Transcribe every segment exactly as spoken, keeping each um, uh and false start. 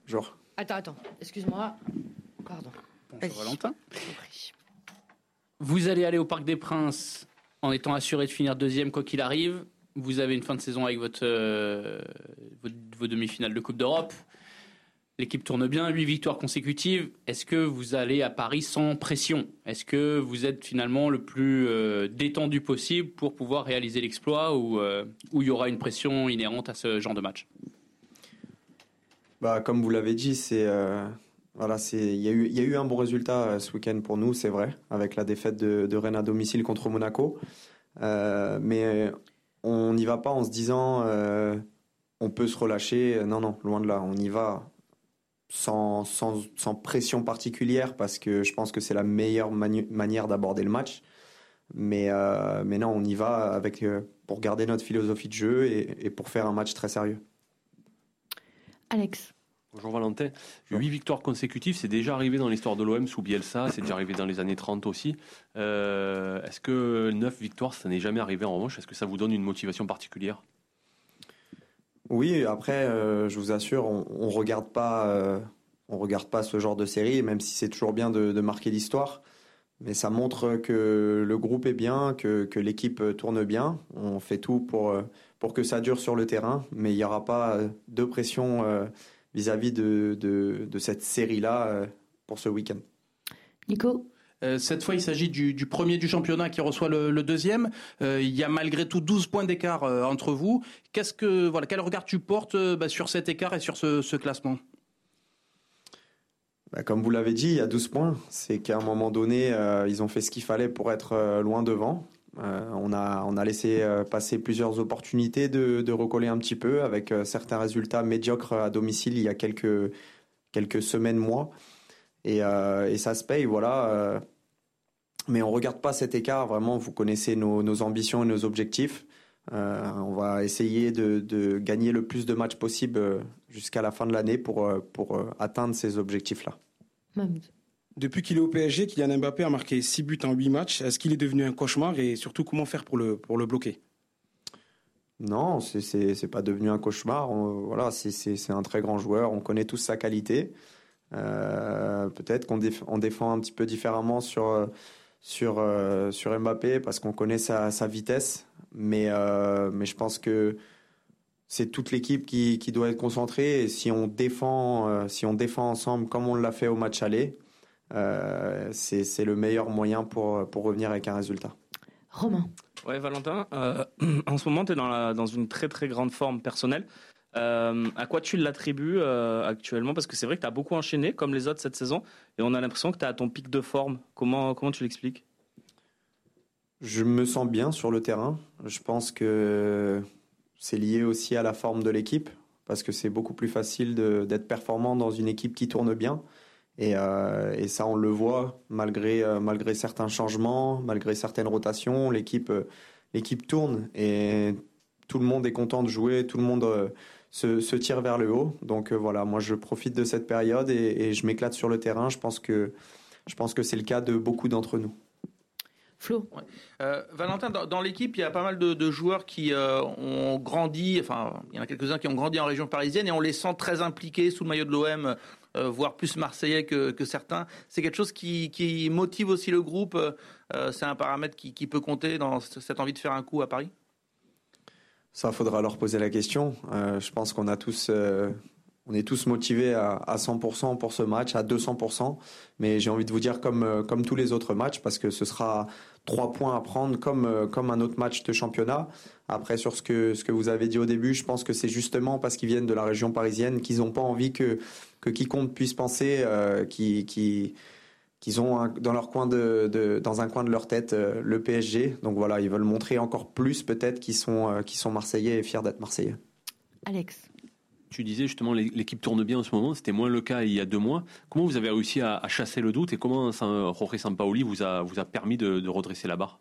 Bonjour. Attends, attends, excuse-moi. Pardon. Bonjour Valentin. Vas-y. Vous allez aller au Parc des Princes en étant assuré de finir deuxième quoi qu'il arrive. Vous avez une fin de saison avec votre, euh, vos, vos demi-finales de Coupe d'Europe. L'équipe tourne bien, huit victoires consécutives. Est-ce que vous allez à Paris sans pression ? Est-ce que vous êtes finalement le plus euh, détendu possible pour pouvoir réaliser l'exploit ou euh, où il y aura une pression inhérente à ce genre de match ? Bah, comme vous l'avez dit, c'est euh, voilà, c'est il y a eu il y a eu un bon résultat euh, ce week-end pour nous, c'est vrai, avec la défaite de, de Rennes à domicile contre Monaco. Euh, mais on n'y va pas en se disant euh, on peut se relâcher. Non, non, loin de là. On y va sans sans sans pression particulière parce que je pense que c'est la meilleure manu- manière d'aborder le match. Mais euh, mais non, on y va avec euh, pour garder notre philosophie de jeu et, et pour faire un match très sérieux. Alex. Bonjour Valentin. Huit victoires consécutives, c'est déjà arrivé dans l'histoire de l'O M sous Bielsa, c'est déjà arrivé dans les années trente aussi. Euh, est-ce que neuf victoires, ça n'est jamais arrivé en revanche ? Est-ce que ça vous donne une motivation particulière ? Oui, après, euh, je vous assure, on, on regarde pas, euh, on regarde pas ce genre de série, même si c'est toujours bien de, de marquer l'histoire. Mais ça montre que le groupe est bien, que, que l'équipe tourne bien. On fait tout pour, pour que ça dure sur le terrain, mais il n'y aura pas de pression euh, vis-à-vis de, de, de cette série-là euh, pour ce week-end. Nico ? Euh, cette fois, il s'agit du, du premier du championnat qui reçoit le, le deuxième. Euh, il y a malgré tout douze points d'écart euh, entre vous. Qu'est-ce que, voilà, quel regard tu portes euh, bah, sur cet écart et sur ce, ce classement ? Bah, comme vous l'avez dit, il y a douze points. C'est qu'à un moment donné, euh, ils ont fait ce qu'il fallait pour être euh, loin devant. Euh, on a, on a laissé euh, passer plusieurs opportunités de, de recoller un petit peu avec euh, certains résultats médiocres à domicile il y a quelques, quelques semaines, mois. Et, euh, et ça se paye, voilà. Euh, mais on regarde pas cet écart. Vraiment, vous connaissez nos, nos ambitions et nos objectifs. Euh, on va essayer de, de gagner le plus de matchs possible jusqu'à la fin de l'année pour, pour atteindre ces objectifs-là. Mahmoud. Depuis qu'il est au P S G, Kylian Mbappé a marqué six buts en huit matchs. Est-ce qu'il est devenu un cauchemar et surtout comment faire pour le, pour le bloquer ? Non, c'est, c'est, c'est pas devenu un cauchemar. On, voilà, c'est, c'est, c'est un très grand joueur. On connaît tous sa qualité. Euh, peut-être qu'on déf- on défend un petit peu différemment sur, sur, euh, sur Mbappé parce qu'on connaît sa, sa vitesse. Mais, euh, mais je pense que c'est toute l'équipe qui, qui doit être concentrée. Et si on défend, euh, si on défend ensemble comme on l'a fait au match aller, euh, c'est, c'est le meilleur moyen pour, pour revenir avec un résultat. Romain. Ouais, Valentin, euh, en ce moment, tu es dans, la, dans une très très grande forme personnelle. Euh, à quoi tu l'attribues euh, actuellement ? Parce que c'est vrai que tu as beaucoup enchaîné, comme les autres cette saison, et on a l'impression que tu es à ton pic de forme. Comment, comment tu l'expliques ? Je me sens bien sur le terrain. Je pense que c'est lié aussi à la forme de l'équipe, parce que c'est beaucoup plus facile de, d'être performant dans une équipe qui tourne bien. Et, euh, et ça, on le voit, malgré, euh, malgré certains changements, malgré certaines rotations, l'équipe, euh, l'équipe tourne et tout le monde est content de jouer, tout le monde euh, se, se tire vers le haut. Donc euh, voilà, moi je profite de cette période et, et je m'éclate sur le terrain. Je pense que, je pense que c'est le cas de beaucoup d'entre nous. Flo. Ouais. Euh, Valentin, dans, dans l'équipe, il y a pas mal de, de joueurs qui euh, ont grandi, enfin, il y en a quelques-uns qui ont grandi en région parisienne et on les sent très impliqués sous le maillot de l'O M, euh, voire plus marseillais que, que certains. C'est quelque chose qui, qui motive aussi le groupe. Euh, c'est un paramètre qui, qui peut compter dans cette envie de faire un coup à Paris ? Ça, faudra leur poser la question. Euh, je pense qu'on a tous... Euh On est tous motivés à, à cent pour cent pour ce match, à deux cents pour cent. Mais j'ai envie de vous dire comme, comme tous les autres matchs, parce que ce sera trois points à prendre comme, comme un autre match de championnat. Après, sur ce que, ce que vous avez dit au début, je pense que c'est justement parce qu'ils viennent de la région parisienne qu'ils n'ont pas envie que, que quiconque puisse penser euh, qu'ils, qu'ils, qu'ils ont un, dans, leur coin de, de, dans un coin de leur tête euh, le P S G. Donc voilà, ils veulent montrer encore plus peut-être qu'ils sont, euh, qu'ils sont marseillais et fiers d'être marseillais. Alex. Tu disais justement l'équipe tourne bien en ce moment, c'était moins le cas il y a deux mois. Comment vous avez réussi à, à chasser le doute et comment Jorge Sampaoli vous a, vous a permis de, de redresser la barre ?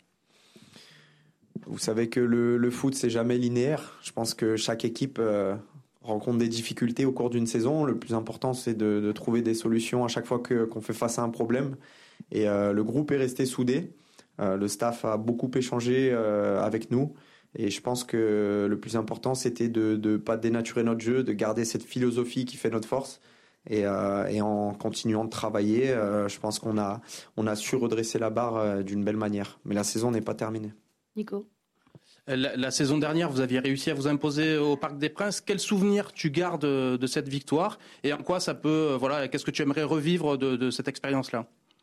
Vous savez que le, le foot, c'est jamais linéaire. Je pense que chaque équipe euh, rencontre des difficultés au cours d'une saison. Le plus important, c'est de, de trouver des solutions à chaque fois que, qu'on fait face à un problème. Et euh, le groupe est resté soudé. Euh, le staff a beaucoup échangé euh, avec nous. Et je pense que le plus important, c'était de ne pas dénaturer notre jeu, de garder cette philosophie qui fait notre force. Et, euh, et en continuant de travailler, euh, je pense qu'on a, on a su redresser la barre euh, d'une belle manière. Mais la saison n'est pas terminée. Nico. La, la saison dernière, vous aviez réussi à vous imposer au Parc des Princes. Quel souvenir tu gardes de, de cette victoire et en quoi ça peut, voilà, qu'est-ce que tu aimerais revivre de, de cette expérience-là?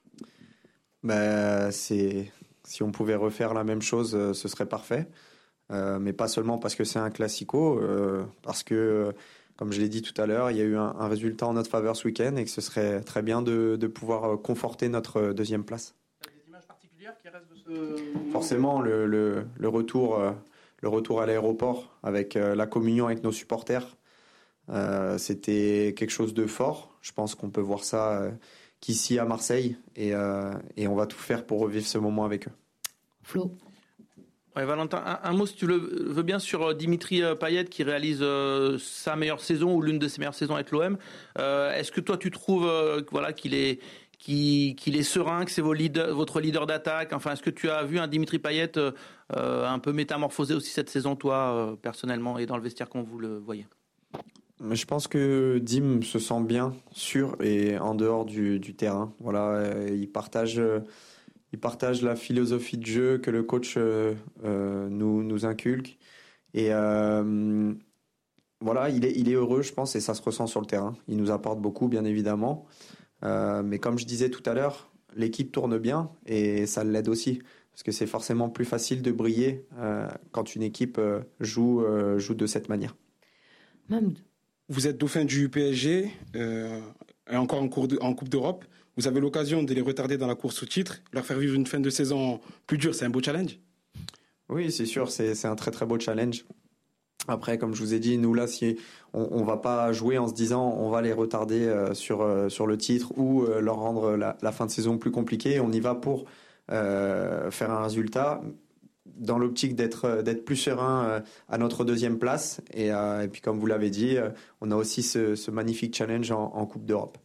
Ben, c'est, si on pouvait refaire la même chose, euh, ce serait parfait. Euh, mais pas seulement parce que c'est un classico, euh, parce que, euh, comme je l'ai dit tout à l'heure, il y a eu un, un résultat en notre faveur ce week-end et que ce serait très bien de, de pouvoir conforter notre deuxième place. Des images particulières qui restent de ce... Forcément, le, le, le, retour, euh, le retour à l'aéroport avec euh, la communion avec nos supporters, euh, c'était quelque chose de fort. Je pense qu'on peut voir ça euh, qu'ici à Marseille et, euh, et on va tout faire pour revivre ce moment avec eux. Flo. Ouais, Valentin, un, un mot si tu le veux bien sur Dimitri Payet qui réalise euh, sa meilleure saison ou l'une de ses meilleures saisons avec l'O M. Euh, est-ce que toi tu trouves euh, voilà, qu'il est, qu'il, qu'il est serein, que c'est vos leader, votre leader d'attaque? Enfin, est-ce que tu as vu un Dimitri Payet euh, un peu métamorphosé aussi cette saison, toi, euh, personnellement, et dans le vestiaire quand vous le voyez? Mais je pense que Dim se sent bien sur et en dehors du, du terrain. Voilà, il partage... Il partage la philosophie de jeu que le coach euh, euh, nous, nous inculque. Et euh, voilà, il est, il est heureux, je pense, et ça se ressent sur le terrain. Il nous apporte beaucoup, bien évidemment. Euh, mais comme je disais tout à l'heure, l'équipe tourne bien et ça l'aide aussi. Parce que c'est forcément plus facile de briller euh, quand une équipe euh, joue, euh, joue de cette manière. Mahmoud. Vous êtes dauphin du P S G euh, et encore en, cours de, en Coupe d'Europe. Vous avez l'occasion de les retarder dans la course au titre, leur faire vivre une fin de saison plus dure. C'est un beau challenge. Oui, c'est sûr, c'est, c'est un très très beau challenge. Après, comme je vous ai dit, nous là, si on ne va pas jouer en se disant on va les retarder euh, sur, euh, sur le titre ou euh, leur rendre la, la fin de saison plus compliquée, on y va pour euh, faire un résultat dans l'optique d'être, d'être plus serein euh, à notre deuxième place. Et, euh, et puis comme vous l'avez dit, euh, on a aussi ce, ce magnifique challenge en, en Coupe d'Europe.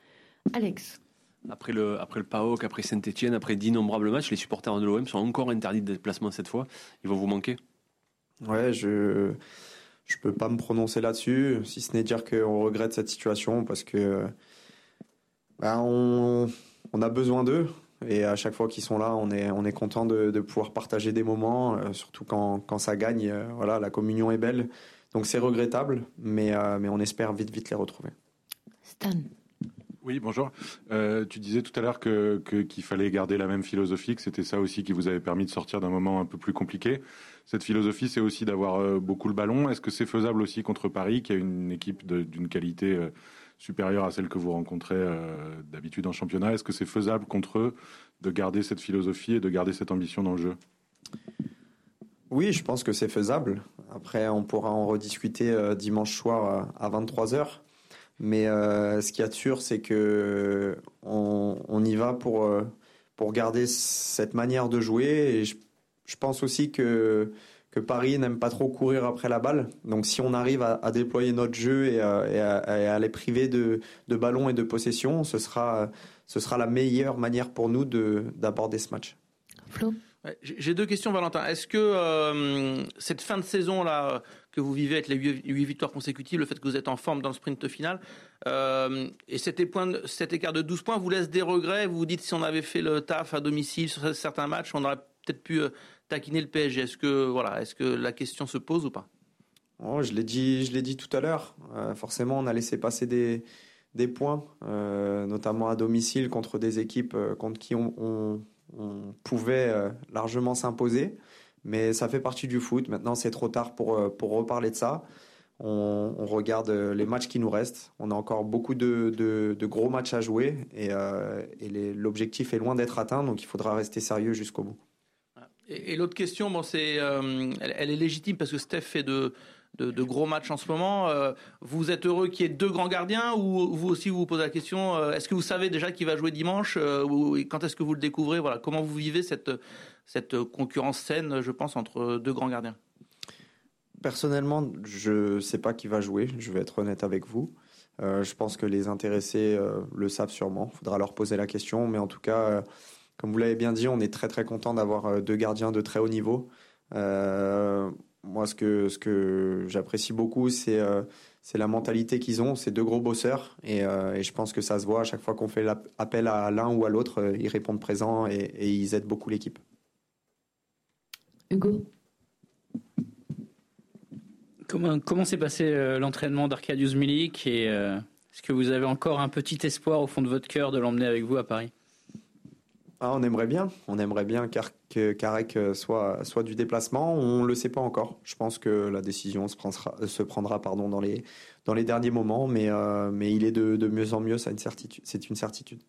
Alex. Après le, après le P A O K, après Saint-Etienne, après d'innombrables matchs, les supporters de l'O M sont encore interdits de déplacement cette fois. Ils vont vous manquer? Ouais, je je peux pas me prononcer là-dessus, si ce n'est dire qu'on regrette cette situation parce que bah, on, on a besoin d'eux et à chaque fois qu'ils sont là, on est on est content de, de pouvoir partager des moments, euh, surtout quand quand ça gagne. Euh, voilà, la communion est belle, donc c'est regrettable, mais euh, mais on espère vite vite les retrouver. Stan. Oui, bonjour. Euh, tu disais tout à l'heure que, que, qu'il fallait garder la même philosophie, que c'était ça aussi qui vous avait permis de sortir d'un moment un peu plus compliqué. Cette philosophie, c'est aussi d'avoir euh, beaucoup le ballon. Est-ce que c'est faisable aussi contre Paris, qui a une équipe de, d'une qualité euh, supérieure à celle que vous rencontrez euh, d'habitude en championnat? Est-ce que c'est faisable contre eux de garder cette philosophie et de garder cette ambition dans le jeu? Oui, je pense que c'est faisable. Après, on pourra en rediscuter euh, dimanche soir à vingt-trois heures. Mais euh, ce qu'il y a de sûr, c'est que on, on y va pour, euh, pour garder cette manière de jouer. Et je, je pense aussi que, que Paris n'aime pas trop courir après la balle. Donc si on arrive à, à déployer notre jeu et à, et à, et à les priver de, de ballon et de possession, ce sera, ce sera la meilleure manière pour nous de, d'aborder ce match. Flo. J'ai deux questions, Valentin. Est-ce que euh, cette fin de saison-là que vous vivez avec les huit victoires consécutives, le fait que vous êtes en forme dans le sprint final, euh, et cet, époint, cet écart de douze points vous laisse des regrets? Vous vous dites si on avait fait le taf à domicile sur certains matchs, on aurait peut-être pu euh, taquiner le P S G. Est-ce que, voilà, est-ce que la question se pose ou pas? Oh, je l'ai dit, je l'ai dit tout à l'heure. Euh, forcément, on a laissé passer des, des points, euh, notamment à domicile contre des équipes euh, contre qui on... on on pouvait euh, largement s'imposer, mais ça fait partie du foot. Maintenant, c'est trop tard pour, euh, pour reparler de ça. On, on regarde euh, les matchs qui nous restent. On a encore beaucoup de, de, de gros matchs à jouer et, euh, et les, l'objectif est loin d'être atteint, donc il faudra rester sérieux jusqu'au bout. Et, et l'autre question, bon, c'est, euh, elle, elle est légitime parce que Steph fait de, de, de gros matchs en ce moment. Euh, vous êtes heureux qu'il y ait deux grands gardiens ou vous aussi vous vous posez la question, euh, est-ce que vous savez déjà qui va jouer dimanche euh, ou quand est-ce que vous le découvrez? Voilà, comment vous vivez cette, cette concurrence saine, je pense, entre deux grands gardiens? Personnellement, je ne sais pas qui va jouer, je vais être honnête avec vous. Euh, je pense que les intéressés euh, le savent sûrement, il faudra leur poser la question, mais en tout cas, euh, comme vous l'avez bien dit, on est très très content d'avoir euh, deux gardiens de très haut niveau. Euh, moi, ce que, ce que j'apprécie beaucoup, c'est, euh, c'est la mentalité qu'ils ont. C'est deux gros bosseurs. Et, euh, et je pense que ça se voit à chaque fois qu'on fait appel à l'un ou à l'autre. Euh, ils répondent présents et, et ils aident beaucoup l'équipe. Hugo. Comment, comment s'est passé euh, l'entraînement d'Arkadiusz Milik et euh, est-ce que vous avez encore un petit espoir au fond de votre cœur de l'emmener avec vous à Paris? Ah, on aimerait bien, on aimerait bien car, que Carec soit, soit du déplacement. On ne le sait pas encore. Je pense que la décision se prendra, se prendra pardon, dans, les, dans les derniers moments, mais, euh, mais il est de, de mieux en mieux, ça, une certitude, c'est une certitude.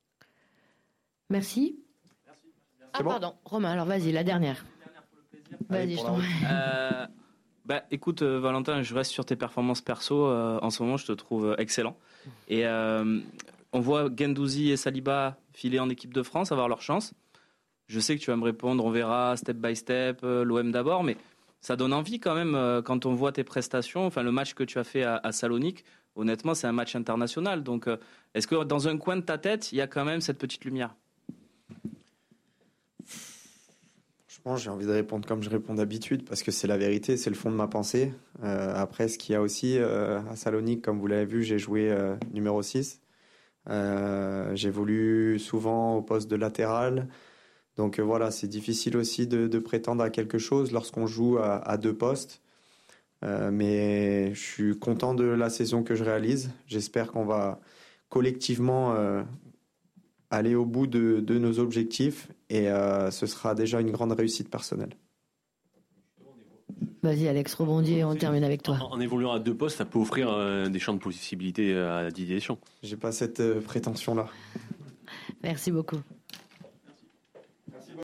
Merci. Merci. Ah, bon pardon, Romain, alors vas-y, la dernière. Vas-y, je t'en euh, bah, écoute, euh, Valentin, je reste sur tes performances perso. Euh, en ce moment, je te trouve excellent. Et euh, on voit Guendouzi et Saliba filer en équipe de France, avoir leur chance. Je sais que tu vas me répondre, on verra step by step, euh, l'O M d'abord, mais ça donne envie quand même euh, quand on voit tes prestations. Enfin, le match que tu as fait à, à Salonique, honnêtement, c'est un match international. Donc, euh, est-ce que dans un coin de ta tête, il y a quand même cette petite lumière? J'ai envie de répondre comme je réponds d'habitude parce que c'est la vérité, c'est le fond de ma pensée. Euh, après, ce qu'il y a aussi euh, à Salonique, comme vous l'avez vu, j'ai joué euh, numéro six. Euh, j'évolue souvent au poste de latéral. Donc euh, voilà, c'est difficile aussi de, de prétendre à quelque chose lorsqu'on joue à, à deux postes. Euh, mais je suis content de la saison que je réalise. J'espère qu'on va collectivement euh, aller au bout de, de nos objectifs et euh, ce sera déjà une grande réussite personnelle. Vas-y Alex, rebondis et on termine avec toi. En, en évoluant à deux postes, ça peut offrir euh, des champs de possibilités à Didier Deschamps. J'ai pas cette euh, prétention-là. Merci beaucoup.